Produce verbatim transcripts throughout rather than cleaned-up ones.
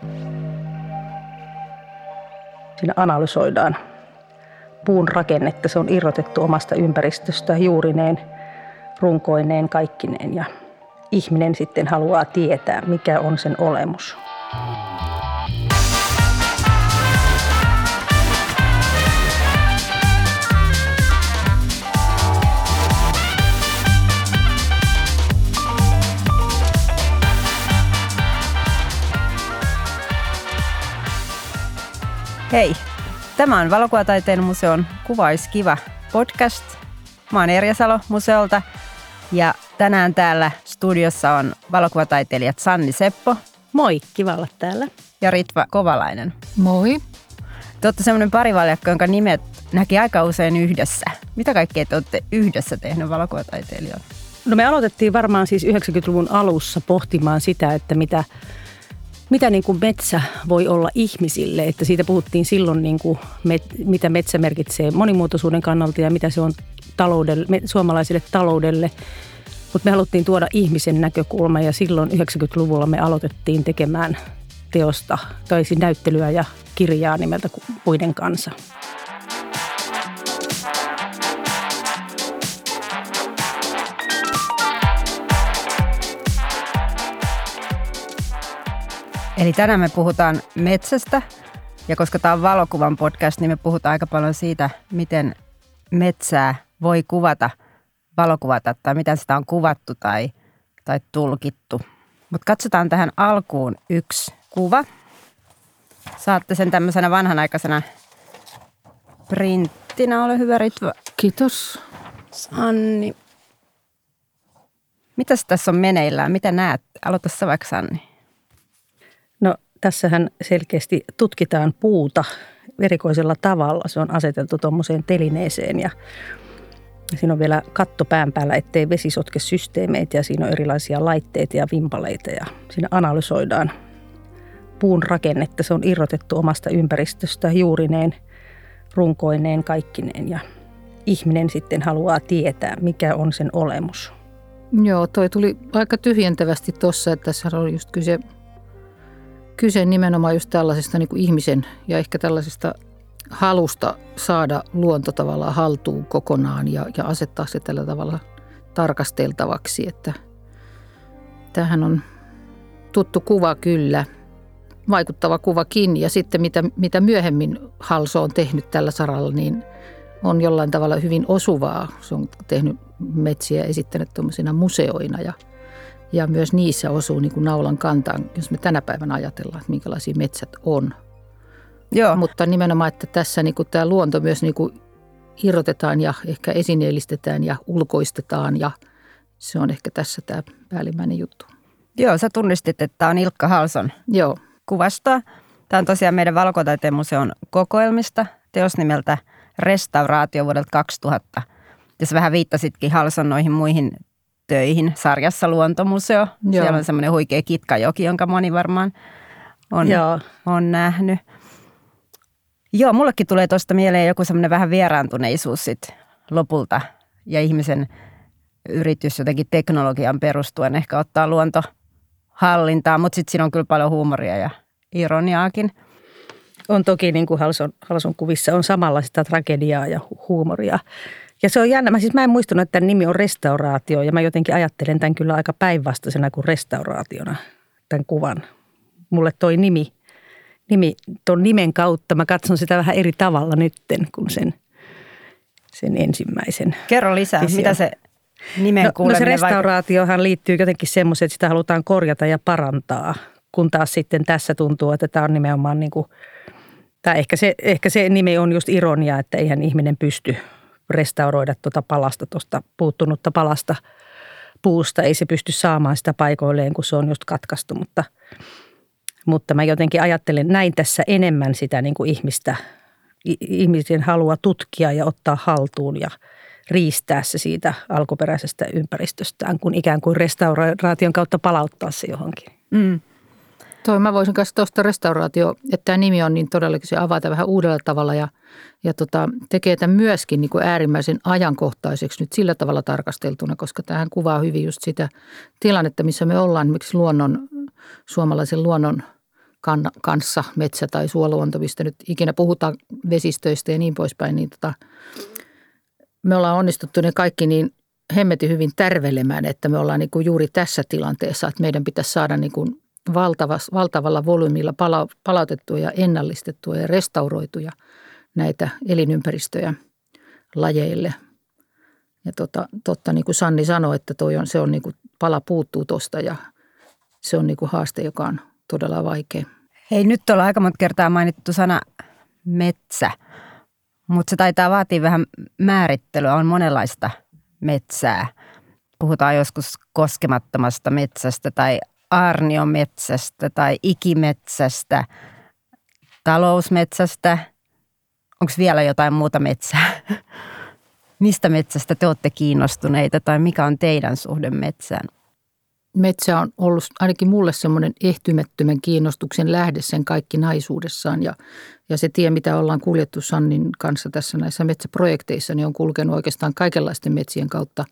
Siinä analysoidaan puun rakennetta. Se on irrotettu omasta ympäristöstä juurineen, runkoineen, kaikkineen. Ja ihminen sitten haluaa tietää, mikä on sen olemus. Hei, tämä on Valokuvataiteen museon Kuva ois kiva podcast. Mä oon Erja Salo museolta ja tänään täällä studiossa on valokuvataiteilijat Sanni Seppo. Moi, kiva olla täällä. Ja Ritva Kovalainen. Moi. Te olette semmoinen parivaljakko, jonka nimet näki aika usein yhdessä. Mitä kaikkea te olette yhdessä tehnyt valokuvataiteilijoilla? No me aloitettiin varmaan siis yhdeksänkymmentäluvun alussa pohtimaan sitä, että mitä... Mitä niin kuin metsä voi olla ihmisille, että siitä puhuttiin silloin, niin kuin met, mitä metsä merkitsee monimuotoisuuden kannalta ja mitä se on taloudelle, suomalaiselle taloudelle. Mutta me haluttiin tuoda ihmisen näkökulma ja silloin yhdeksänkymmentäluvulla me aloitettiin tekemään teosta, tai siis näyttelyä ja kirjaa nimeltä Puiden kansa. Eli tänään me puhutaan metsästä ja koska tämä on valokuvan podcast, niin me puhutaan aika paljon siitä, miten metsää voi kuvata, valokuvata tai miten sitä on kuvattu tai, tai tulkittu. Mutta katsotaan tähän alkuun yksi kuva. Saatte sen tämmöisenä vanhanaikaisena printtinä. Ole hyvä, Ritva. Kiitos. Sanni. Mitäs tässä on meneillään? Mitä näet? Aloita sä vaikka, Sanni. No tässähän selkeästi tutkitaan puuta erikoisella tavalla. Se on aseteltu tuommoiseen telineeseen ja siinä on vielä katto pään päällä, ettei vesi sotke systeemeitä ja siinä on erilaisia laitteita ja vimpaleita ja siinä analysoidaan puun rakennetta. Se on irrotettu omasta ympäristöstä juurineen, runkoineen, kaikkineen ja ihminen sitten haluaa tietää, mikä on sen olemus. Joo, toi tuli aika tyhjentävästi tuossa, että tässä oli just kyse Kyse nimenomaan just tällaisesta niin kuin ihmisen ja ehkä tällaisesta halusta saada luonto tavallaan haltuun kokonaan ja, ja asettaa se tällä tavalla tarkasteltavaksi. Että tämähän on tuttu kuva kyllä, vaikuttava kuvakin ja sitten mitä, mitä myöhemmin Halso on tehnyt tällä saralla, niin on jollain tavalla hyvin osuvaa. Se on tehnyt metsiä ja esittänyt tuollaisina museoina ja Ja myös niissä osuu niin kuin naulan kantaan, jos me tänä päivänä ajatellaan, että minkälaisia metsät on. Joo. Mutta nimenomaan, että tässä niin kuin tämä luonto myös niin kuin irrotetaan ja ehkä esineellistetään ja ulkoistetaan. Ja se on ehkä tässä tämä päällimmäinen juttu. Joo, sä tunnistit, että tämä on Ilkka Halson Joo. kuvastoa. Tämä on tosiaan meidän Valokuvataiteiden museon kokoelmista teos nimeltä Restauraatio vuodelta kaksituhatta. Ja sä vähän viittasitkin Halson noihin muihin töihin sarjassa Luontomuseo. Joo. Siellä on semmoinen huikea Kitkajoki, jonka moni varmaan on, on nähnyt. Joo, mullekin tulee tuosta mieleen joku semmoinen vähän vieraantuneisuus sit lopulta ja ihmisen yritys jotenkin teknologian perustuen ehkä ottaa luonto hallintaan, mutta sitten siinä on kyllä paljon huumoria ja ironiaakin. On toki, niin kuin Halson, Halson kuvissa, on samalla sitä tragediaa ja huumoria. Ja se on jännä. Mä, siis mä en muistunut, että tämän nimi on Restauraatio ja mä jotenkin ajattelen tämän kyllä aika päinvastaisena kuin restauraationa, tämän kuvan. Mulle toi nimi, nimi ton nimen kautta, mä katson sitä vähän eri tavalla nytten kuin sen, sen ensimmäisen. Kerro lisää, vision. Mitä se nimen no, kuuleminen no se restauraatiohan liittyy jotenkin semmoiseen, että sitä halutaan korjata ja parantaa, kun taas sitten tässä tuntuu, että tämä on nimenomaan niin kuin, tai ehkä se, ehkä se nimi on just ironia, että eihän ihminen pysty restauroida tuota palasta, tuosta puuttunutta palasta puusta. Ei se pysty saamaan sitä paikoilleen, kun se on just katkaistu, mutta, mutta mä jotenkin ajattelen näin tässä enemmän sitä niin kuin ihmistä, ihmisen halua tutkia ja ottaa haltuun ja riistää se siitä alkuperäisestä ympäristöstään, kun ikään kuin restauraation kautta palauttaa se johonkin. Mm. Toi mä voisin kanssa tuosta restauraatio, että tämä nimi on niin todellakin se avaa vähän uudella tavalla ja, ja tota, tekee tämän myöskin niin kuin äärimmäisen ajankohtaiseksi nyt sillä tavalla tarkasteltuna, koska tämähän kuvaa hyvin just sitä tilannetta, missä me ollaan esimerkiksi luonnon, suomalaisen luonnon kan, kanssa, metsä tai suoluonto, mistä nyt ikinä puhutaan vesistöistä ja niin poispäin, niin tota, me ollaan onnistuttu ne kaikki niin hemmetin hyvin tärvelemään, että me ollaan niin kuin juuri tässä tilanteessa, että meidän pitäisi saada niin kuin valtavas, valtavalla volyymilla pala, palautettua ja ennallistettua ja restauroituja näitä elinympäristöjä lajeille. Ja tota, totta niin kuin Sanni sanoi, että toi on, se on niin kuin pala puuttuu tuosta ja se on niin kuin haaste, joka on todella vaikea. Hei, nyt ollaan aika monta kertaa mainittu sana metsä, mutta se taitaa vaatia vähän määrittelyä. On monenlaista metsää. Puhutaan joskus koskemattomasta metsästä tai aarniometsästä tai ikimetsästä, talousmetsästä. Onko vielä jotain muuta metsää? Mistä metsästä te olette kiinnostuneita tai mikä on teidän suhde metsään? Metsä on ollut ainakin mulle semmoinen ehtymättömän kiinnostuksen lähde sen kaikki naisuudessaan ja, ja se tie, mitä ollaan kuljettu Sannin kanssa tässä näissä metsäprojekteissa, niin on kulkenut oikeastaan kaikenlaisten metsien kautta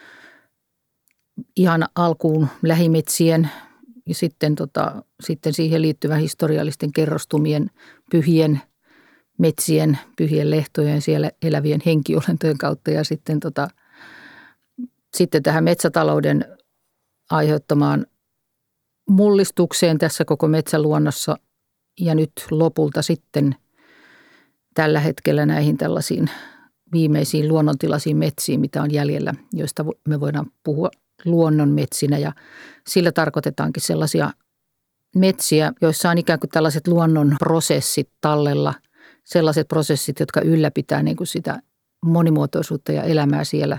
ihan alkuun lähimetsien ja sitten, tota, sitten siihen liittyvän historiallisten kerrostumien, pyhien metsien, pyhien lehtojen, siellä elävien henkiolentojen kautta ja sitten, tota, sitten tähän metsätalouden aiheuttamaan mullistukseen tässä koko metsäluonnossa ja nyt lopulta sitten tällä hetkellä näihin tällaisiin viimeisiin luonnontilaisiin metsiin, mitä on jäljellä, joista me voidaan puhua luonnonmetsinä ja sillä tarkoitetaankin sellaisia metsiä, joissa on ikään kuin tällaiset luonnon prosessit tallella, sellaiset prosessit, jotka ylläpitää niin kuin sitä monimuotoisuutta ja elämää siellä.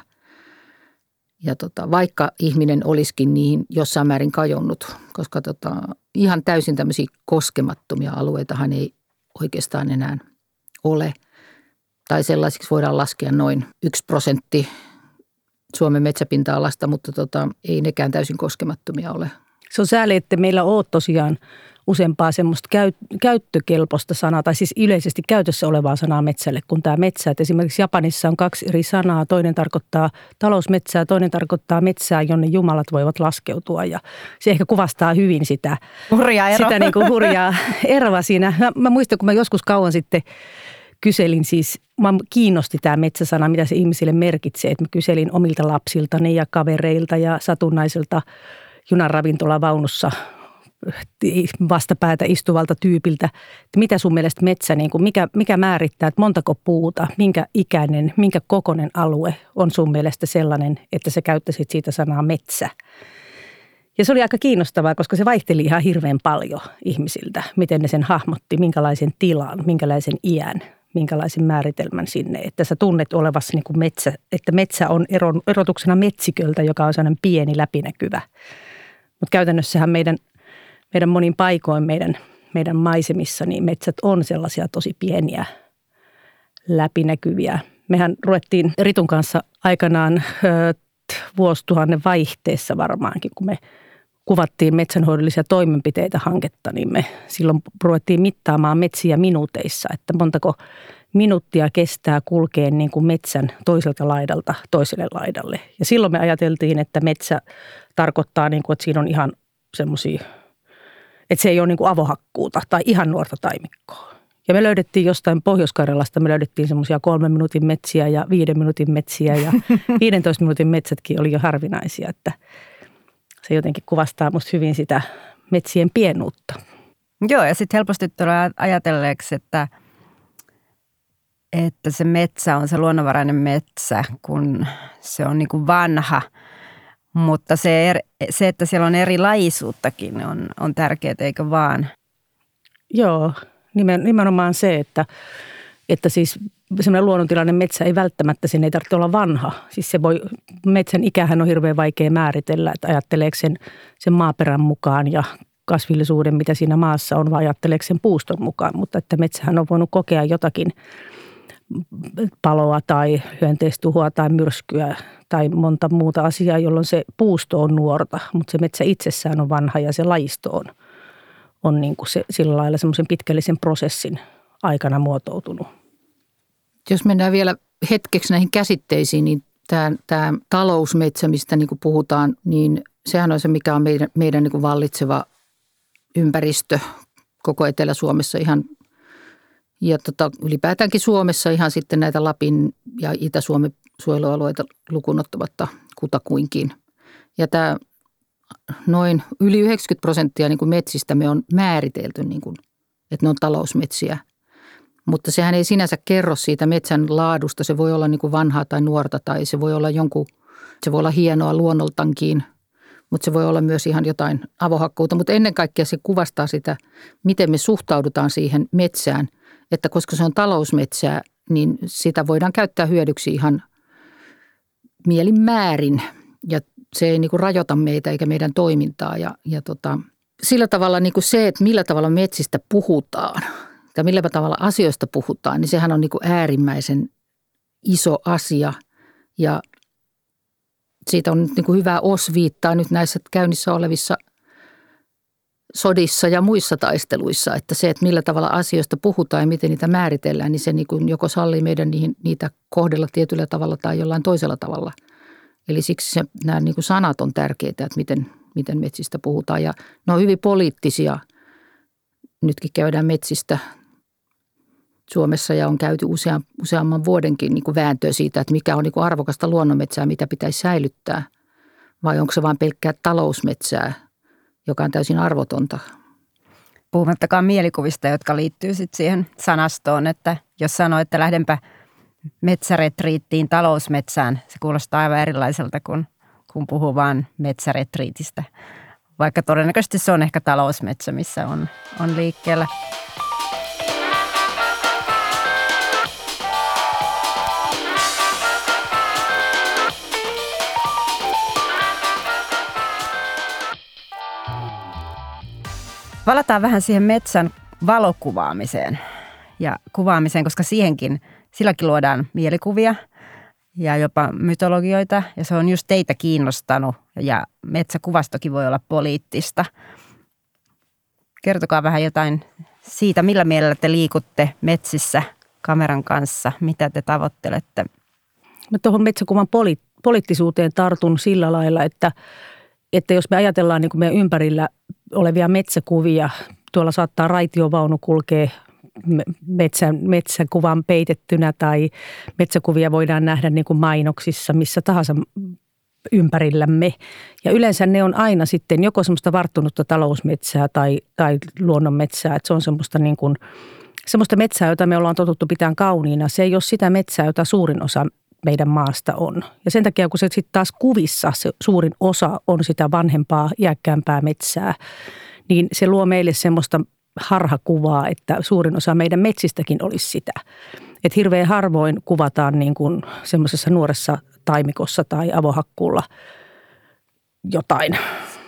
Ja tota, vaikka ihminen olisikin niihin jossain määrin kajonnut, koska tota, ihan täysin tämmöisiä koskemattomia alueitahan ei oikeastaan enää ole. Tai sellaisiksi voidaan laskea noin yksi prosentti Suomen metsäpinta-alasta, mutta tota, ei nekään täysin koskemattomia ole. Se on sääli, että meillä on tosiaan useampaa semmoista käyt- käyttökelpoista sanaa, tai siis yleisesti käytössä olevaa sanaa metsälle, kun tämä metsä. Et esimerkiksi Japanissa on kaksi eri sanaa. Toinen tarkoittaa talousmetsää, toinen tarkoittaa metsää, jonne jumalat voivat laskeutua. Ja se ehkä kuvastaa hyvin sitä, Hurjaa ero. sitä niin kuin hurjaa eroa siinä. Mä, mä muistan, kun mä joskus kauan sitten kyselin siis, mä kiinnosti tämä metsäsana, mitä se ihmisille merkitsee. Että mä kyselin omilta lapsiltani ja kavereilta ja satunnaiselta junanravintolavaunussa vastapäätä istuvalta tyypiltä, että mitä sun mielestä metsä, niin kuin mikä, mikä määrittää, että montako puuta, minkä ikäinen, minkä kokoinen alue on sun mielestä sellainen, että sä käyttäisit siitä sanaa metsä. Ja se oli aika kiinnostavaa, koska se vaihteli ihan hirveän paljon ihmisiltä, miten ne sen hahmotti, minkälaisen tilan, minkälaisen iän, minkälaisen määritelmän sinne, että sä tunnet olevassa niin kuin metsä, että metsä on eron, erotuksena metsiköltä, joka on sellainen pieni läpinäkyvä. Mutta käytännössähän meidän Meidän monin paikoin meidän, meidän maisemissa niin metsät on sellaisia tosi pieniä, läpinäkyviä. Mehän ruvettiin Ritun kanssa aikanaan ö, vuosituhannen vaihteessa varmaankin, kun me kuvattiin metsänhoidollisia toimenpiteitä hanketta, niin me silloin ruvettiin mittaamaan metsiä minuuteissa, että montako minuuttia kestää kulkea niin kuin metsän toiselta laidalta toiselle laidalle. Ja silloin me ajateltiin, että metsä tarkoittaa, niin kuin, että siinä on ihan semmoisia, että se ei ole niin kuin avohakkuuta tai ihan nuorta taimikkoa. Ja me löydettiin jostain Pohjois-Karjalasta, me löydettiin semmoisia kolmen minuutin metsiä ja viiden minuutin metsiä ja viidentoista minuutin metsätkin oli jo harvinaisia, että se jotenkin kuvastaa musta hyvin sitä metsien pienuutta. Joo, ja sitten helposti tulee ajatelleeksi, että, että se metsä on se luonnonvarainen metsä, kun se on niin kuin vanha. Mutta se, er, se, että siellä on erilaisuuttakin, on, on tärkeää, eikö vaan? Joo, nimenomaan se, että, että siis semmoinen luonnontilainen metsä ei välttämättä, sen ei tarvitse olla vanha. Siis se voi, metsän ikähän on hirveän vaikea määritellä, että ajatteleeko sen, sen maaperän mukaan ja kasvillisuuden, mitä siinä maassa on, vai ajatteleeko sen puuston mukaan. Mutta että metsähän on voinut kokea jotakin paloa tai hyönteistuhoa tai myrskyä tai monta muuta asiaa, jolloin se puusto on nuorta, mutta se metsä itsessään on vanha ja se lajisto on, on niin kuin se, sillä lailla semmoisen pitkällisen prosessin aikana muotoutunut. Jos mennään vielä hetkeksi näihin käsitteisiin, niin tämä, tämä talousmetsä, mistä niin kuin puhutaan, niin sehän on se, mikä on meidän, meidän niin kuin vallitseva ympäristö koko Etelä-Suomessa ihan ja tota, ylipäätäänkin Suomessa ihan sitten näitä Lapin ja Itä-Suomen suojelualueita lukuun ottamatta kutakuinkin. Ja tämä noin yli yhdeksänkymmentä prosenttia niin kuin metsistä me on määritelty, niin kuin, että ne on talousmetsiä. Mutta sehän ei sinänsä kerro siitä metsän laadusta. Se voi olla niin kuin vanhaa tai nuorta tai se voi olla jonkun, se voi olla hienoa luonnoltankin, mutta se voi olla myös ihan jotain avohakkuuta. Mutta ennen kaikkea se kuvastaa sitä, miten me suhtaudutaan siihen metsään, että koska se on talousmetsää, niin sitä voidaan käyttää hyödyksi ihan mielin määrin ja se ei niin kuin rajoita meitä eikä meidän toimintaa ja, ja tota, sillä tavalla niin kuin se, että millä tavalla metsistä puhutaan tai millä tavalla asioista puhutaan, niin sehän on niin kuin äärimmäisen iso asia ja siitä on niin kuin hyvä osviittaa nyt näissä käynnissä olevissa sodissa ja muissa taisteluissa, että se, että millä tavalla asioista puhutaan ja miten niitä määritellään, niin se niin kuin joko sallii meidän niihin, niitä kohdella tietyllä tavalla tai jollain toisella tavalla. Eli siksi se, nämä niin kuin sanat on tärkeitä, että miten, miten metsistä puhutaan ja ne on hyvin poliittisia. Nytkin käydään metsistä Suomessa ja on käyty usean, useamman vuodenkin niin kuin vääntöä siitä, että mikä on niin kuin arvokasta luonnonmetsää, mitä pitäisi säilyttää vai onko se vain pelkkää talousmetsää, joka on täysin arvotonta. Puhumattakaan mielikuvista, jotka liittyy sitten siihen sanastoon, että jos sanoo, että lähdenpä metsäretriittiin talousmetsään, se kuulostaa aivan erilaiselta kuin kun puhuu vaan metsäretriitistä. Vaikka todennäköisesti se on ehkä talousmetsä, missä on, on liikkeellä. Palataan vähän siihen metsän valokuvaamiseen ja kuvaamiseen, koska siihenkin, silläkin luodaan mielikuvia ja jopa mytologioita ja se on just teitä kiinnostanut ja metsäkuvastokin voi olla poliittista. Kertokaa vähän jotain siitä, millä mielellä te liikutte metsissä kameran kanssa, mitä te tavoittelette. Mä tuohon metsäkuvan poli- poliittisuuteen tartun sillä lailla, että, että jos me ajatellaan niin kuin meidän ympärillä olevia metsäkuvia, tuolla saattaa raitiovaunu kulkea metsän, metsäkuvan peitettynä tai metsäkuvia voidaan nähdä niin kuin mainoksissa missä tahansa ympärillämme. Ja yleensä ne on aina sitten joko semmoista varttunutta talousmetsää tai, tai luonnonmetsää, että se on semmoista, niin kuin, semmoista metsää, jota me ollaan totuttu pitämään kauniina. Se ei ole sitä metsää, jota suurin osa meidän maasta on. Ja sen takia, kun se sitten taas kuvissa se suurin osa on sitä vanhempaa, iäkkäämpää metsää, niin se luo meille semmoista harhakuvaa, että suurin osa meidän metsistäkin olisi sitä. Että hirveän harvoin kuvataan niin kuin semmoisessa nuoressa taimikossa tai avohakkuulla jotain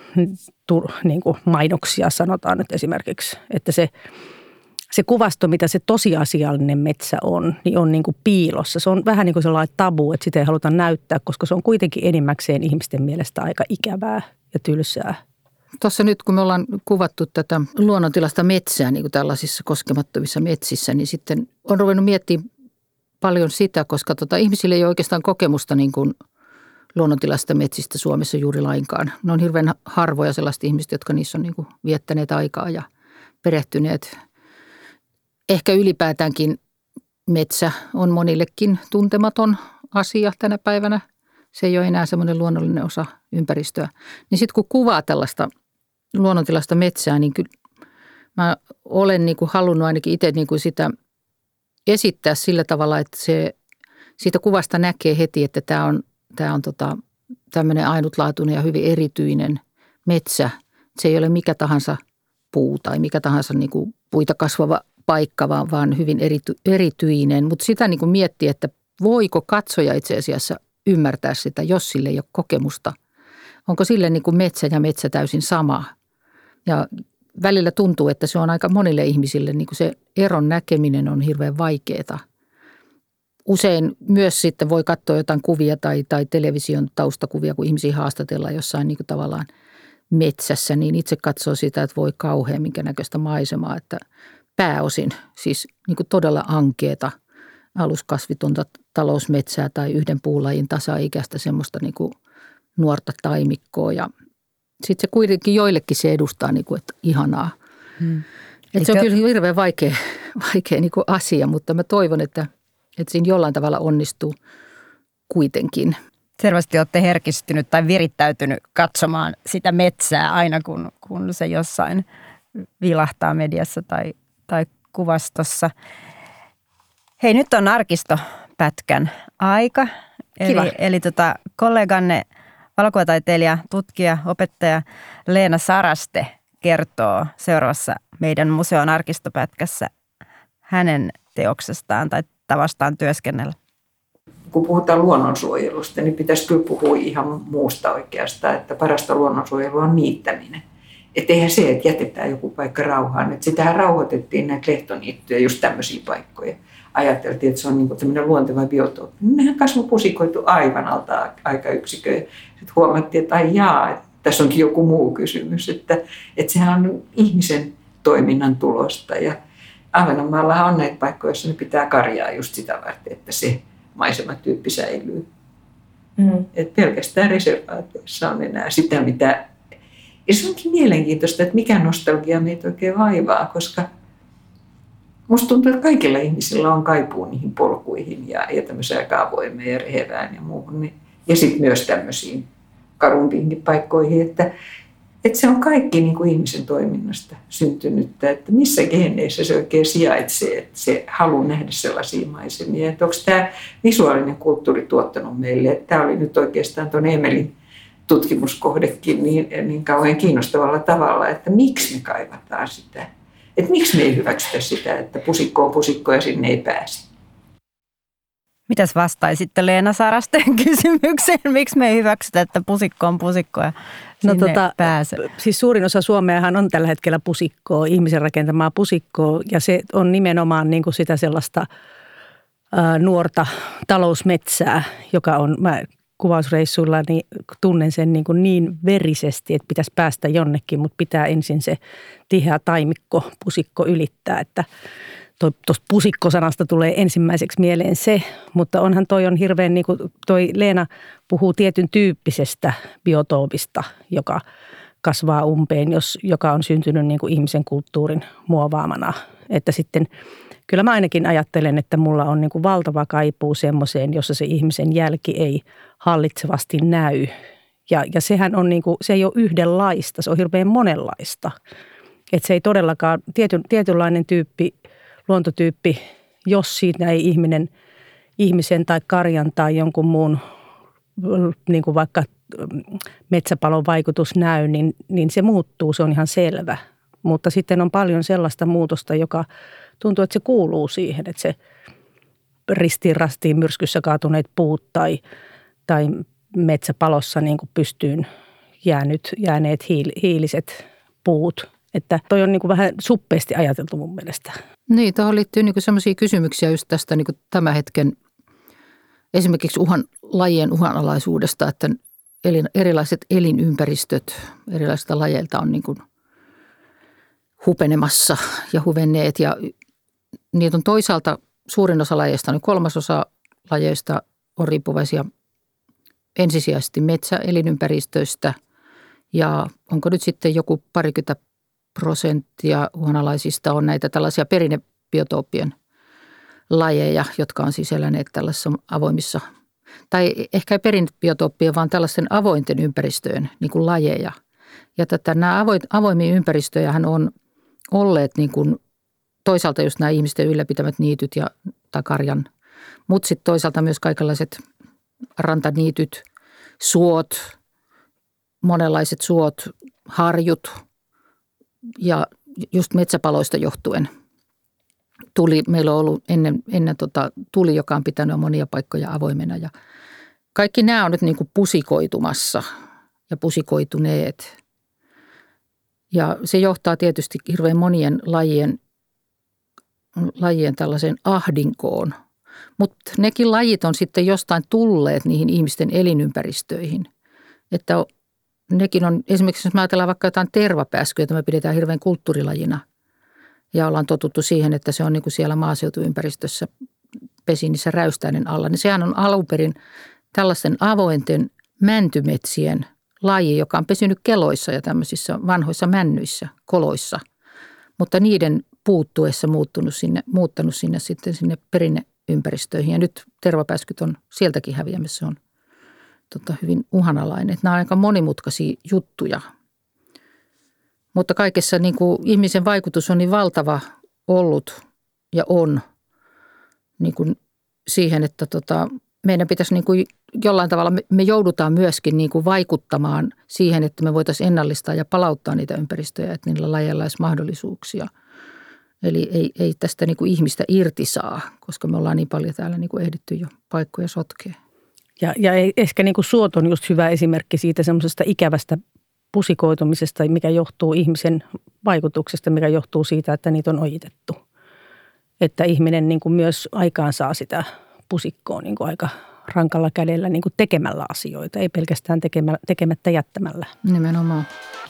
niin kuin mainoksia sanotaan nyt esimerkiksi, että se Se kuvasto, mitä se tosiasiallinen metsä on, niin on niin kuin piilossa. Se on vähän niin kuin sellainen tabu, että sitä ei haluta näyttää, koska se on kuitenkin enimmäkseen ihmisten mielestä aika ikävää ja tylsää. Tuossa nyt, kun me ollaan kuvattu tätä luonnontilasta metsää niin kuin tällaisissa koskemattomissa metsissä, niin sitten on ruvennut miettimään paljon sitä, koska tota, ihmisille ei ole oikeastaan kokemusta niin kuin luonnontilasta metsistä Suomessa juuri lainkaan. Ne on hirveän harvoja sellaiset ihmiset, jotka niissä on niin kuin viettäneet aikaa ja perehtyneet. Ehkä ylipäätäänkin metsä on monillekin tuntematon asia tänä päivänä. Se ei ole enää semmoinen luonnollinen osa ympäristöä. Niin sitten kun kuvaa tällaista luonnontilasta metsää, niin kyllä mä olen niin kuin halunnut ainakin itse niin kuin sitä esittää sillä tavalla, että se, siitä kuvasta näkee heti, että tämä on, tämä on tota, tämmöinen ainutlaatuinen ja hyvin erityinen metsä. Se ei ole mikä tahansa puu tai mikä tahansa niin kuin puita kasvava paikka, vaan, vaan hyvin erity, erityinen. Mutta sitä niin kuin miettii, että voiko katsoja itse asiassa ymmärtää sitä, jos sille ei ole kokemusta. Onko sille niin kuin metsä ja metsä täysin sama? Ja välillä tuntuu, että se on aika monille ihmisille, niin kuin se eron näkeminen on hirveän vaikeaa. Usein myös sitten voi katsoa jotain kuvia tai, tai television taustakuvia, kun ihmisiä haastatellaan jossain niin kuin tavallaan metsässä, niin itse katsoo sitä, että voi kauhean minkä näköistä maisemaa, että pääosin siis niin kuin todella ankeeta aluskasvitonta talousmetsää tai yhden puulajin tasa-ikäistä semmoista niin kuin nuorta taimikkoa. Ja sitten se kuitenkin joillekin se edustaa, niin kuin, että ihanaa. Hmm. Et se on kyllä hirveän vaikea, vaikea niin kuin asia, mutta mä toivon, että, että siinä jollain tavalla onnistuu kuitenkin. Selvästi olette herkistynyt tai virittäytynyt katsomaan sitä metsää aina, kun, kun se jossain vilahtaa mediassa tai, tai kuvastossa. Hei, nyt on arkistopätkän aika. Kiva. Eli, eli tota, kolleganne, valokuvataiteilija, tutkija, opettaja Leena Saraste kertoo seuraavassa meidän museon arkistopätkässä hänen teoksestaan tai tavastaan työskennellä. Kun puhutaan luonnonsuojelusta, niin pitäisi kyllä puhua ihan muusta oikeastaan, että parasta luonnonsuojelua on niittäminen. Että eihän se, että jätetään joku paikka rauhaan. Että sitähän rauhoitettiin näitä lehtoniittyjä, just tämmöisiä paikkoja. Ajateltiin, että se on niin kuin tämmöinen luonteva biotooppi. Nehän kasvoi pusikoitu aivan alta aikayksikköjä. Sitten huomattiin, että ai jaa, että tässä onkin joku muu kysymys. Että, että sehän on ihmisen toiminnan tulosta. Ja Ahvenanmaallahan on näitä paikkoja, joissa ne pitää karjaa just sitä varten, että se maisematyyppi säilyy. Mm. Et pelkästään reservaateissa on enää sitä, mitä... Ja se onkin mielenkiintoista, että mikä nostalgia meitä oikein vaivaa, koska musta tuntuu, että kaikilla ihmisillä on kaipuu niihin polkuihin ja, ja tämmöiseen aika avoimeen ja rehevään ja muuhun. Niin, ja sitten myös tämmöisiin karumpiinkin paikkoihin, että, että se on kaikki niin kuin ihmisen toiminnasta syntynyttä, että missä geeneissä se oikein sijaitsee, että se haluaa nähdä sellaisia maisemia. Että onko tämä visuaalinen kulttuuri tuottanut meille, että tämä oli nyt oikeastaan tuon Emelin tutkimuskohdekin niin, niin kauhean kiinnostavalla tavalla, että miksi me kaivataan sitä. Että miksi me ei hyväksytä sitä, että pusikko on pusikko ja sinne ei pääse. Mitäs vastaisitte Leena Sarasteen kysymykseen? Miksi me ei hyväksytä, että pusikko on pusikko ja sinne no, tota, pääse? Siis suurin osa Suomeahan on tällä hetkellä pusikkoa, ihmisen rakentamaa pusikkoa. Ja se on nimenomaan niin kuin sitä sellaista ää, nuorta talousmetsää, joka on... Mä, kuvausreissuilla niin tunnen sen niin, kuin niin verisesti, että pitäisi päästä jonnekin, mutta pitää ensin se tiheä taimikko, pusikko ylittää. Että tuosta pusikko-sanasta tulee ensimmäiseksi mieleen se, mutta onhan toi on hirveän, niin kuin toi Leena puhuu tietyn tyyppisestä biotoopista, joka kasvaa umpeen, jos, joka on syntynyt niin kuin ihmisen kulttuurin muovaamana. Että sitten kyllä mä ainakin ajattelen, että mulla on niin kuin valtava kaipuu semmoiseen, jossa se ihmisen jälki ei hallitsevasti näy. Ja, ja sehän on niin kuin, se ei ole yhdenlaista, se on hirveän monenlaista. Että se ei todellakaan, tietyn, tietynlainen tyyppi, luontotyyppi, jos siitä ei ihminen, ihmisen tai karjan tai jonkun muun, niin kuin vaikka metsäpalon vaikutus näy, niin, niin se muuttuu, se on ihan selvä. Mutta sitten on paljon sellaista muutosta, joka tuntuu, että se kuuluu siihen, että se ristiin rastiin myrskyssä kaatuneet puut tai, tai metsäpalossa niin kuin pystyyn jäänyt, jääneet hiil, hiiliset puut. Että toi on niin kuin vähän suppeasti ajateltu mun mielestä. Niin, tuohon liittyy niin kuin sellaisia kysymyksiä just tästä niin kuin tämän hetken esimerkiksi uhan, lajien uhanalaisuudesta, että elin, erilaiset elinympäristöt erilaisista lajeilta on niin kuin hupenemassa ja huvenneet ja niitä on toisaalta suurin osa lajeista, niin kolmasosa lajeista on riippuvaisia ensisijaisesti metsäelinympäristöistä ja onko nyt sitten joku parikymmentä prosenttia uhanalaisista on näitä tällaisia perinnebiotooppien lajeja, jotka on siis eläneet tällaisissa avoimissa, tai ehkä ei perinnebiotooppia, vaan tällaisten avointen ympäristöjen niin kuin lajeja. Ja tätä, nämä avoimia ympäristöjähän on olleet niin kuin toisaalta just nämä ihmisten ylläpitämät niityt ja tai karjan, mutta sitten toisaalta myös kaikenlaiset rantaniityt, suot, monenlaiset suot, harjut ja just metsäpaloista johtuen. Tuli, meillä on ollut ennen, ennen tota, tuli, joka on pitänyt monia paikkoja avoimena ja kaikki nämä on nyt niin kuin pusikoitumassa ja pusikoituneet. Ja se johtaa tietysti hirveän monien lajien, lajien tällaiseen ahdinkoon. Mutta nekin lajit on sitten jostain tulleet niihin ihmisten elinympäristöihin. Että nekin on, esimerkiksi jos me ajatellaan vaikka jotain tervapääskyä, jota me pidetään hirveän kulttuurilajina. Ja ollaan totuttu siihen, että se on niin kuin siellä maaseutuympäristössä pesinissä räystäinen alla. Niin sehän on alun perin tällaisten avointen mäntymetsien laji, joka on pesinyt keloissa ja tämmöisissä vanhoissa männyissä, koloissa. mutta niiden puuttuessa muuttunut sinne, muuttanut sinne sitten sinne perinneympäristöihin. Ja nyt tervapääskyt on sieltäkin häviämässä, se on tota, hyvin uhanalainen. Että nämä on aika monimutkaisia juttuja. Mutta kaikessa niin kuin ihmisen vaikutus on niin valtava ollut ja on niin kuin siihen, että tota, meidän pitäisi niin kuin jollain tavalla, me, me joudutaan myöskin niin kuin vaikuttamaan siihen, että me voitaisiin ennallistaa ja palauttaa niitä ympäristöjä, että niillä lajeilla olisi mahdollisuuksia. Eli ei, ei tästä niin kuin ihmistä irti saa, koska me ollaan niin paljon täällä niin kuin ehditty jo paikkoja sotkea. Ja, ja ehkä niin kuin suot on just hyvä esimerkki siitä semmoisesta ikävästä pusikoitumisesta, mikä johtuu ihmisen vaikutuksesta, mikä johtuu siitä, että niitä on ojitettu. Että ihminen niin kuin myös aikaan saa sitä pusikkoa niin kuin aika rankalla kädellä niin kuin tekemällä asioita, ei pelkästään tekemä, tekemättä jättämällä. Nimenomaan.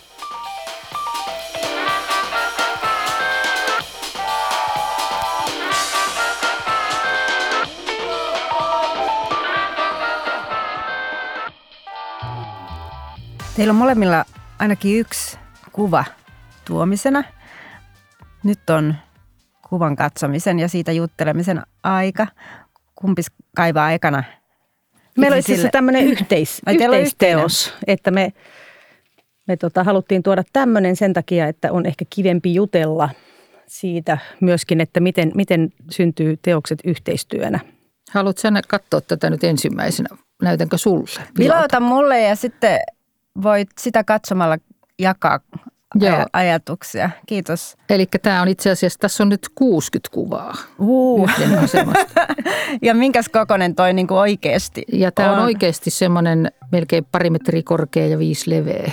Teillä on molemmilla ainakin yksi kuva tuomisena. Nyt on kuvan katsomisen ja siitä juttelemisen aika. Kumpis kaivaa aikana? Meillä on itse asiassa tämmöinen yhteis, yhteisteos, että me, me tota, haluttiin tuoda tämmöinen sen takia, että on ehkä kivempi jutella siitä myöskin, että miten, miten syntyy teokset yhteistyönä. Haluatko sä katsoa tätä nyt ensimmäisenä? Näytänkö sulle? Vilauta mulle ja sitten voit sitä katsomalla jakaa Joo. ajatuksia. Kiitos. Eli tämä on itse asiassa, tässä on nyt kuusikymmentä kuvaa. Uh. Ja minkäs kokoinen toi niinku oikeasti Ja tämä on, on oikeasti semmoinen melkein pari metriä korkea ja viisi leveä.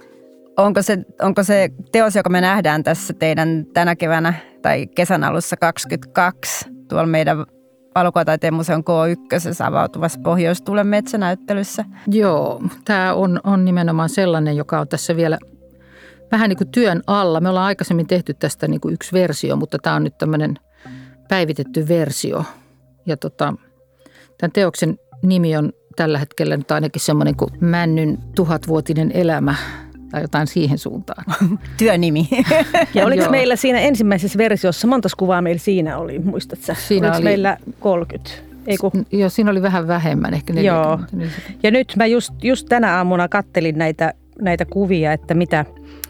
Onko se, onko se teos, joka me nähdään tässä teidän tänä keväänä tai kesän alussa kaksikymmentäkaksi tuolla meidän Valokuvataiteen museon K yksi avautuvassa Pohjoistuulen metsänäyttelyssä? Joo, tämä on, on nimenomaan sellainen, joka on tässä vielä vähän niin kuin työn alla. Me ollaan aikaisemmin tehty tästä niin kuin yksi versio, mutta tämä on nyt tämmöinen päivitetty versio. Ja tota, tämän teoksen nimi on tällä hetkellä nyt ainakin semmoinen kuin Männyn tuhatvuotinen elämä tai jotain siihen suuntaan. Työnimi. Ja oliko meillä siinä ensimmäisessä versiossa, monta kuvaa meillä siinä oli, muistatko? Siinä oliko oli meillä kolmekymmentä? Eiku? Joo, siinä oli vähän vähemmän, ehkä neljäkymmentä. Joo. Ja nyt mä just, just tänä aamuna kattelin näitä, näitä kuvia, että mitä,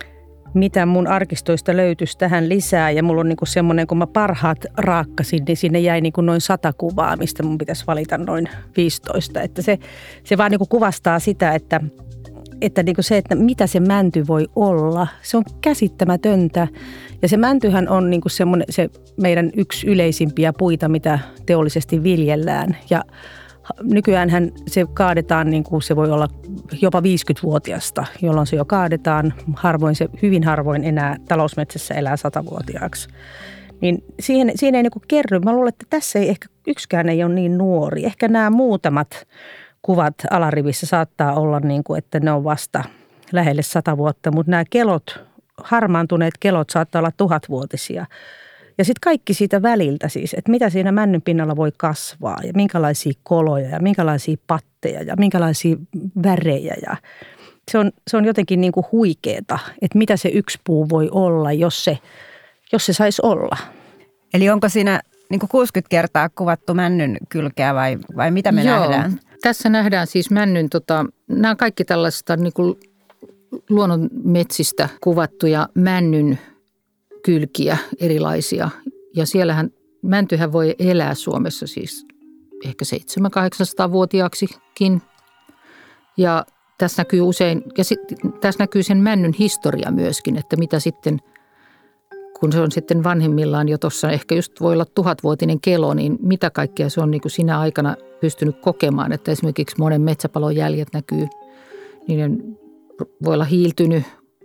mitä mun arkistoista löytyisi tähän lisää. Ja mulla on niinku semmoinen, kun mä parhaat raakkasin, niin sinne jäi niinku noin sata kuvaa, mistä mun pitäisi valita noin viisitoista. Että se, se vaan niinku kuvastaa sitä, että että niin kuin se, että mitä se mänty voi olla, se on käsittämätöntä. Ja se mäntyhän on niin kuin semmoinen, se meidän yksi yleisimpiä puita, mitä teollisesti viljellään. Ja nykyäänhän se kaadetaan, niin kuin se voi olla jopa viisikymmentävuotiaasta, jolloin se jo kaadetaan. Harvoin se, hyvin harvoin enää talousmetsässä elää satavuotiaaksi. Niin siihen, siihen ei niin kuin kerry. Mä luulen, että tässä ei ehkä yksikään ei ole niin nuori. Ehkä nämä muutamat kuvat alarivissä saattaa olla niin kuin, että ne on vasta lähelle sata vuotta, mutta nämä kelot, harmaantuneet kelot saattaa olla tuhatvuotisia. Ja sitten kaikki siitä väliltä siis, että mitä siinä männyn pinnalla voi kasvaa ja minkälaisia koloja ja minkälaisia patteja ja minkälaisia värejä. Ja se on, se on jotenkin niin kuin huikeeta, että mitä se yksi puu voi olla, jos se, jos se saisi olla. Eli onko siinä niin kuin kuusikymmentä kertaa kuvattu männyn kylkeä vai, vai mitä me Joo. nähdään? Tässä nähdään siis männyn, tota, nämä on kaikki tällaista niin kuin luonnonmetsistä kuvattuja männyn kylkiä erilaisia. Ja siellähän mäntyhän voi elää Suomessa siis ehkä seitsemänsataa kahdeksansataa-vuotiaaksikin. Ja tässä näkyy usein, ja sit, tässä näkyy sen männyn historia myöskin, että mitä sitten, kun se on sitten vanhimmillaan jo tuossa ehkä just voi olla tuhatvuotinen kelo, niin mitä kaikkea se on niin kuin sinä aikana pystynyt kokemaan. Että esimerkiksi monen metsäpalon jäljet näkyy, niiden voi olla hiiltynyt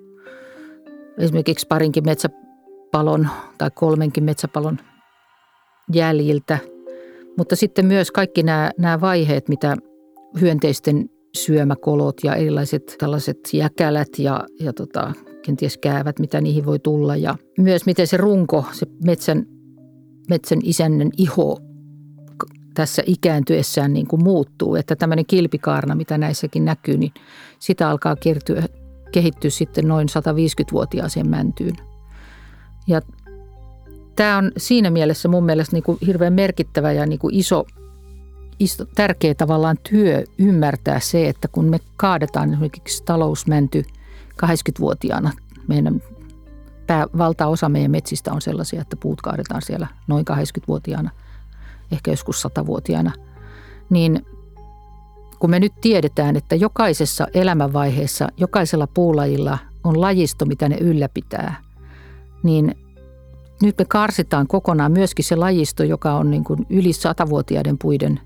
esimerkiksi parinkin metsäpalon tai kolmenkin metsäpalon jäljiltä. Mutta sitten myös kaikki nämä, nämä vaiheet, mitä hyönteisten syömäkolot ja erilaiset tällaiset jäkälät ja, ja tota, kenties käävät, mitä niihin voi tulla. Ja myös miten se runko, se metsän, metsän isännän iho tässä ikääntyessään niin kuin muuttuu. Että tämmöinen kilpikaarna, mitä näissäkin näkyy, niin sitä alkaa kertyä, kehittyä sitten noin sataviisikymmentävuotiaaseen mäntyyn. Ja tämä on siinä mielessä mun mielestä niin kuin hirveän merkittävä ja niin kuin iso, iso, tärkeä tavallaan työ ymmärtää se, että kun me kaadetaan esimerkiksi talousmänty kahdeksankymmentävuotiaana, meidän pää, valtaosa meidän metsistä on sellaisia, että puut kaadetaan siellä noin kahdeksankymmentävuotiaana, ehkä joskus satavuotiaana, niin kun me nyt tiedetään, että jokaisessa elämänvaiheessa, jokaisella puulajilla on lajisto, mitä ne ylläpitää, niin nyt me karsitaan kokonaan myöskin se lajisto, joka on niin kuin yli satavuotiaiden puiden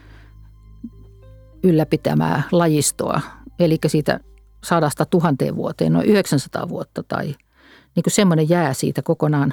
ylläpitämää lajistoa. Eli siitä sadasta tuhanteen vuoteen, noin yhdeksänsataa vuotta tai niin kuin semmoinen jää siitä kokonaan.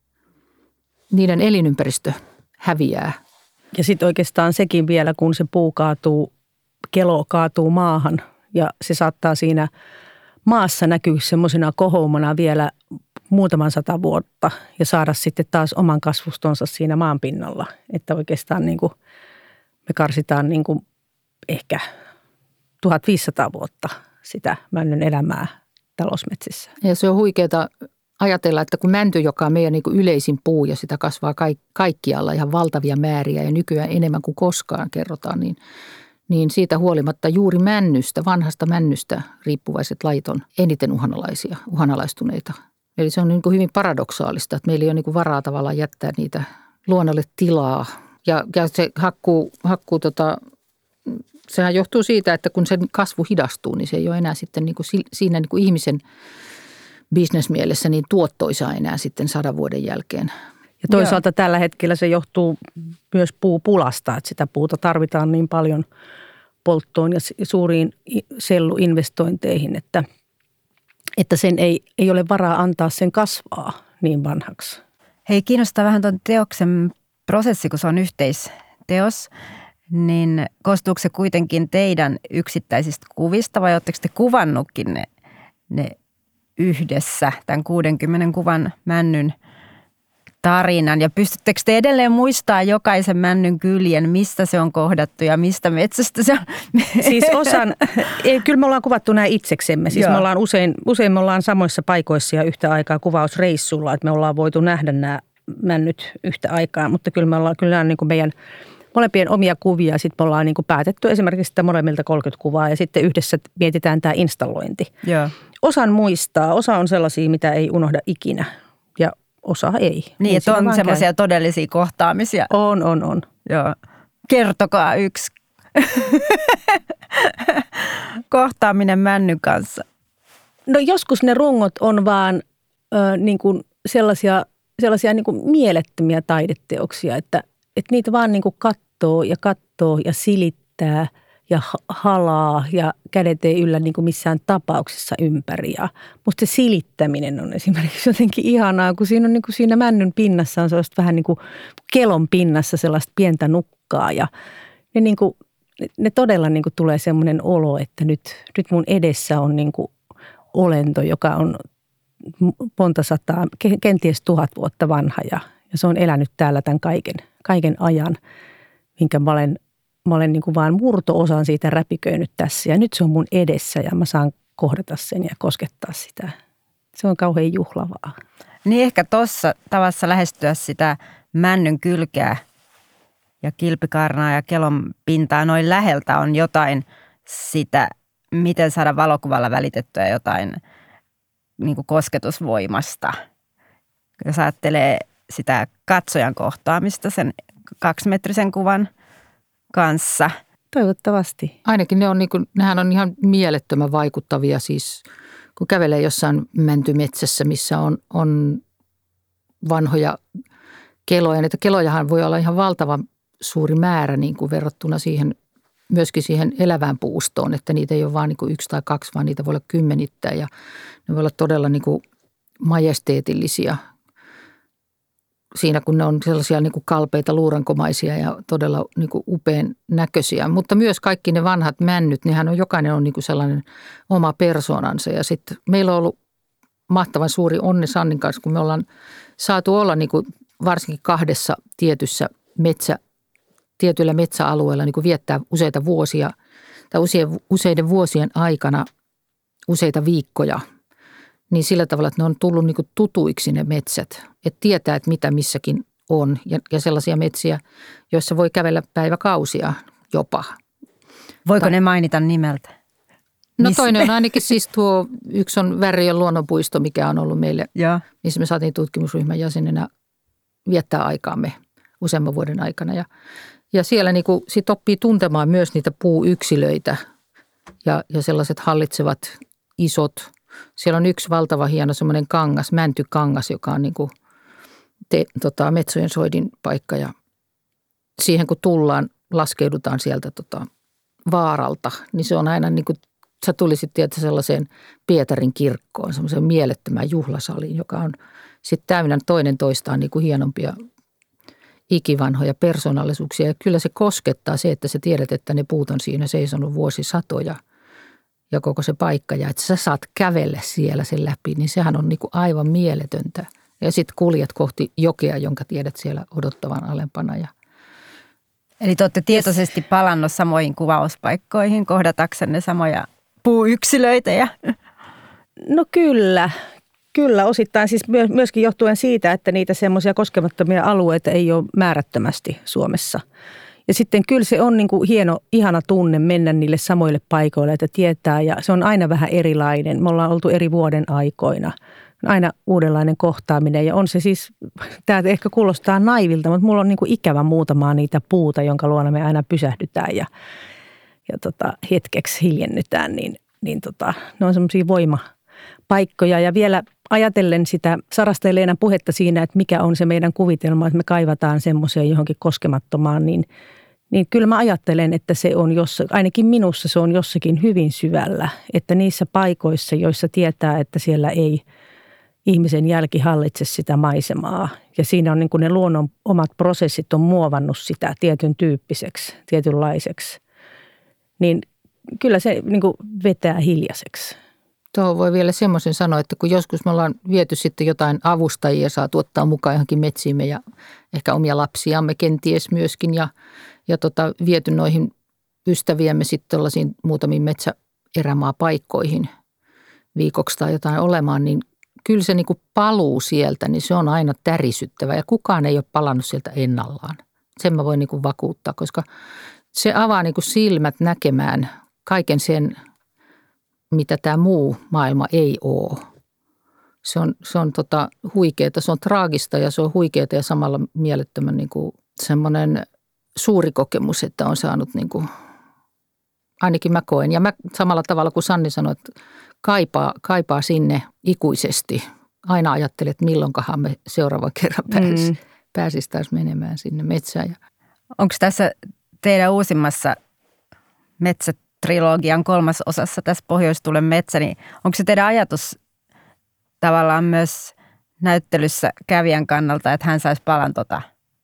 Niiden elinympäristö häviää. Ja sitten oikeastaan sekin vielä, kun se puu kaatuu, kelo kaatuu maahan ja se saattaa siinä maassa näkyä semmoisena kohoumana vielä muutaman sata vuotta ja saada sitten taas oman kasvustonsa siinä maanpinnalla. Että oikeastaan niin kuin me karsitaan niin kuin ehkä tuhatviisisataa vuotta sitä männyn elämää talousmetsissä. Ja se on huikeaa ajatella, että kun mänty, joka on meidän niin kuin yleisin puu ja sitä kasvaa kaikkialla ihan valtavia määriä ja nykyään enemmän kuin koskaan kerrotaan, niin, niin siitä huolimatta juuri männystä, vanhasta männystä riippuvaiset lajit on eniten uhanalaisia, uhanalaistuneita. Eli se on niin kuin hyvin paradoksaalista, että meillä ei ole niin kuin varaa tavallaan jättää niitä luonnolle tilaa. Ja, ja se hakkuu, hakkuu tota, sehän johtuu siitä, että kun sen kasvu hidastuu, niin se ei ole enää sitten niin kuin siinä niin kuin ihmisen bisnesmielessä niin tuottoisaa enää sitten sadan vuoden jälkeen. Ja toisaalta Joo. tällä hetkellä se johtuu myös puupulasta, että sitä puuta tarvitaan niin paljon polttoon ja suuriin selluinvestointeihin, että, että sen ei, ei ole varaa antaa sen kasvaa niin vanhaksi. Hei, kiinnostaa vähän tuon teoksen prosessi, kun se on yhteisteos, niin koostuuko se kuitenkin teidän yksittäisistä kuvista vai oletteko te kuvannutkin ne, ne yhdessä tämän kuudenkymmenen kuvan männyn tarinan? Ja pystyttekö te edelleen muistaa jokaisen männyn kyljen, mistä se on kohdattu ja mistä metsästä se on? Siis osan, ei, kyllä me ollaan kuvattu nämä itseksemme. Siis me ollaan usein, usein me ollaan samoissa paikoissa ja yhtä aikaa kuvausreissulla, että me ollaan voitu nähdä nämä männyt yhtä aikaa, mutta kyllä me ollaan, kyllä nämä on niin kuin meidän molempien omia kuvia. Sitten me ollaan niin kuin päätetty esimerkiksi sitä molemmilta kolmekymmentä kuvaa ja sitten yhdessä mietitään tämä installointi. Joo. Osan muistaa, osa on sellaisia, mitä ei unohda ikinä ja osa ei. Niin, että on semmoisia todellisia kohtaamisia. On, on, on. Joo. Kertokaa yksi kohtaaminen männyn kanssa. No joskus ne rungot on vaan ö, niin kuin sellaisia, sellaisia niin kuin mielettömiä taideteoksia, että, että niitä vaan niin kuin katsoo ja katsoo ja silittää ja halaa ja kädet ei yllä niin kuin missään tapauksessa ympäri. Ja musta se silittäminen on esimerkiksi jotenkin ihanaa, kun siinä on niin kuin siinä männyn pinnassa on sellaista vähän niin kuin kelon pinnassa sellaista pientä nukkaa ja ne, niin kuin, ne todella niin kuin tulee semmoinen olo, että nyt, nyt mun edessä on niin kuin olento, joka on monta sataa, kenties tuhat vuotta vanha ja, ja se on elänyt täällä tämän kaiken, kaiken ajan, minkä mä olen Mä olen niin kuin vaan murto-osan siitä räpiköinyt tässä ja nyt se on mun edessä ja mä saan kohdata sen ja koskettaa sitä. Se on kauhean juhlavaa. Niin ehkä tuossa tavassa lähestyä sitä männyn kylkeä ja kilpikarnaa ja kelon pintaa noin läheltä on jotain sitä, miten saada valokuvalla välitettyä jotain niin kuin kosketusvoimasta. Jos ajattelee sitä katsojan kohtaamista sen kaksimetrisen kuvan kanssa. Toivottavasti. Ainakin ne on niin kuin, nehän on ihan mielettömän vaikuttavia siis, kun kävelee jossain mäntymetsässä, missä on, on vanhoja keloja. Näitä kelojahan voi olla ihan valtavan suuri määrä niin kuin verrattuna siihen, myöskin siihen elävään puustoon, että niitä ei ole vain niin kuin yksi tai kaksi, vaan niitä voi olla kymmenittäin ja ne voi olla todella niin kuin majesteetillisia siinä, kun ne on sellaisia niin kuin kalpeita, luurankomaisia ja todella niin kuin upean näköisiä. Mutta myös kaikki ne vanhat männyt, nehän on, jokainen on niin kuin sellainen oma persoonansa. Ja sitten meillä on ollut mahtavan suuri onni Sannin kanssa, kun me ollaan saatu olla niin kuin varsinkin kahdessa tietyssä metsä, tietyllä metsäalueella niin kuin viettää useita vuosia tai useiden vuosien aikana useita viikkoja niin sillä tavalla, että ne on tullut niin kuin tutuiksi ne metsät. Että tietää, että mitä missäkin on ja, ja sellaisia metsiä, joissa voi kävellä päiväkausia jopa. Voiko Ta- ne mainita nimeltä? No Miss... toinen on ainakin siis tuo, yksi on Värriön luonnonpuisto, mikä on ollut meille, Joo. missä me saatiin tutkimusryhmän jäsenenä viettää aikaamme useamman vuoden aikana. Ja, ja siellä niin kuin sit oppii tuntemaan myös niitä puuyksilöitä ja, ja sellaiset hallitsevat isot. Siellä on yksi valtava hieno semmoinen kangas, mäntykangas, joka on niin kuin te, tota, Metsojen soidin paikka. Ja siihen kun tullaan, laskeudutaan sieltä tota, vaaralta, niin se on aina niin kuin, sä tulisit tietysti sellaiseen Pietarin kirkkoon, semmoiseen mielettömään juhlasaliin, joka on sitten täynnä toinen toistaan niin kuin hienompia ikivanhoja persoonallisuuksia. Ja kyllä se koskettaa se, että sä tiedät, että ne puut on siinä seisonut vuosisatoja ja koko se paikka. Ja että sä saat kävellä siellä sen läpi, niin sehän on niin kuin aivan mieletöntä. Ja sitten kuljet kohti jokea, jonka tiedät siellä odottavan alempana. Ja Eli te olette tietoisesti palannut samoihin kuvauspaikkoihin, kohdataksenne samoja puuyksilöitä ja... No kyllä, kyllä osittain siis myöskin johtuen siitä, että niitä semmoisia koskemattomia alueita ei ole määrättömästi Suomessa. Ja sitten kyllä se on niin kuin hieno, ihana tunne mennä niille samoille paikoille, että tietää ja se on aina vähän erilainen. Me ollaan oltu eri vuoden aikoina. Aina uudenlainen kohtaaminen ja on se siis, tämä ehkä kuulostaa naivilta, mutta mulla on niin kuin ikävä muutamaa niitä puuta, jonka luona me aina pysähdytään ja, ja tota, hetkeksi hiljennytään, niin, niin tota, ne on semmoisia voimapaikkoja. Ja vielä ajatellen sitä Sarasta ja Leenan puhetta siinä, että mikä on se meidän kuvitelma, että me kaivataan semmoiseen johonkin koskemattomaan, niin, niin kyllä mä ajattelen, että se on jossakin, ainakin minussa se on jossakin hyvin syvällä, että niissä paikoissa, joissa tietää, että siellä ei ihmisen jälki hallitse sitä maisemaa ja siinä on niin kuin ne luonnon omat prosessit on muovannut sitä tietyn tyyppiseksi, tietynlaiseksi, niin kyllä se niin kuin vetää hiljaiseksi. Tuohon voi vielä semmoisen sanoa, että kun joskus me ollaan viety sitten jotain avustajia, saatu ottaa mukaan johonkin metsiimme ja ehkä omia lapsiamme kenties myöskin ja, ja tota, viety noihin ystäviämme sitten tuollaisiin muutamiin metsäerämaapaikkoihin viikoksi tai jotain olemaan, niin kyllä se niin kuin paluu sieltä, niin se on aina tärisyttävä ja kukaan ei ole palannut sieltä ennallaan. Sen mä voin niin kuin vakuuttaa, koska se avaa niin kuin silmät näkemään kaiken sen, mitä tämä muu maailma ei ole. Se on, se on tota huikeeta, se on traagista ja se on huikeeta ja samalla mielettömän niin kuin semmoinen suuri kokemus, että on saanut niin kuin, ainakin mä koen. Ja mä samalla tavalla kuin Sanni sanoi, että kaipaa, kaipaa sinne ikuisesti. Aina ajattelin, että milloinkahan me seuraavan kerran pääsis, mm. pääsis taas menemään sinne metsään. Onko tässä teidän uusimmassa metsätrilogian kolmas osassa tässä Pohjoistuulen metsä, niin onko se teidän ajatus tavallaan myös näyttelyssä kävijän kannalta, että hän saisi palan tota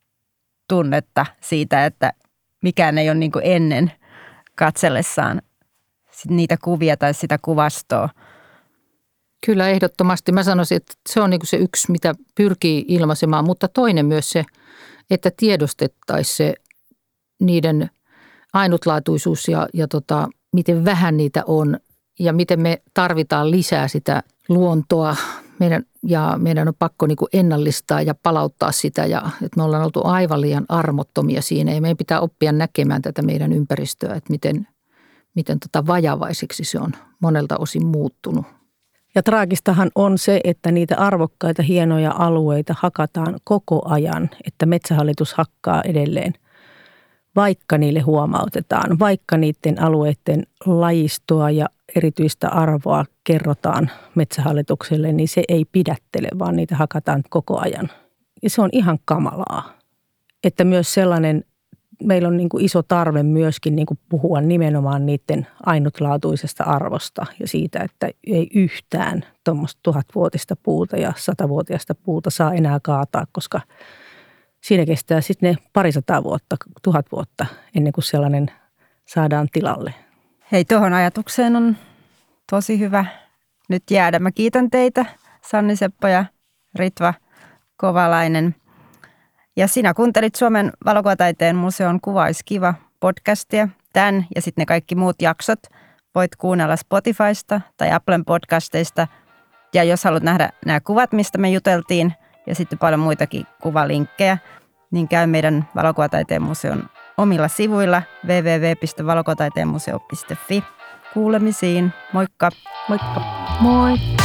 tunnetta siitä, että mikään ei ole niin kuin ennen katsellessaan niitä kuvia tai sitä kuvastoa? Kyllä ehdottomasti. Mä sanoisin, että se on niin kuin se yksi, mitä pyrkii ilmaisemaan, mutta toinen myös se, että tiedostettaisiin se niiden ainutlaatuisuus ja, ja tota, miten vähän niitä on ja miten me tarvitaan lisää sitä luontoa. Meidän, ja meidän on pakko niin kuin ennallistaa ja palauttaa sitä ja että me ollaan oltu aivan liian armottomia siinä ja meidän pitää oppia näkemään tätä meidän ympäristöä, että miten, miten tota vajavaiseksi se on monelta osin muuttunut. Ja traagistahan on se, että niitä arvokkaita hienoja alueita hakataan koko ajan, että Metsähallitus hakkaa edelleen. Vaikka niille huomautetaan, vaikka niiden alueiden lajistoa ja erityistä arvoa kerrotaan Metsähallitukselle, niin se ei pidättele, vaan niitä hakataan koko ajan. Ja se on ihan kamalaa. Että myös sellainen, meillä on niin kuin iso tarve myöskin niin kuin puhua nimenomaan niiden ainutlaatuisesta arvosta ja siitä, että ei yhtään tuommoista tuhatvuotista puuta ja satavuotiaista puuta saa enää kaataa, koska siinä kestää sitten ne parisataa vuotta, tuhat vuotta ennen kuin sellainen saadaan tilalle. Hei, tuohon ajatukseen on tosi hyvä nyt jäädä. Mä kiitän teitä, Sanni Seppo ja Ritva Kovalainen. Ja sinä kuuntelit Suomen valokuvataiteen museon Kuvaisi kiva -podcastia. Tämän ja sitten ne kaikki muut jaksot voit kuunnella Spotifysta tai Applen podcasteista Ja jos haluat nähdä nämä kuvat, mistä me juteltiin, ja sitten paljon muitakin kuvalinkkejä, niin käy meidän Valokuvataiteen museon omilla sivuilla double-u double-u double-u piste valokuvataiteen museo piste fi. Kuulemisiin. Moikka! Moikka! Moi!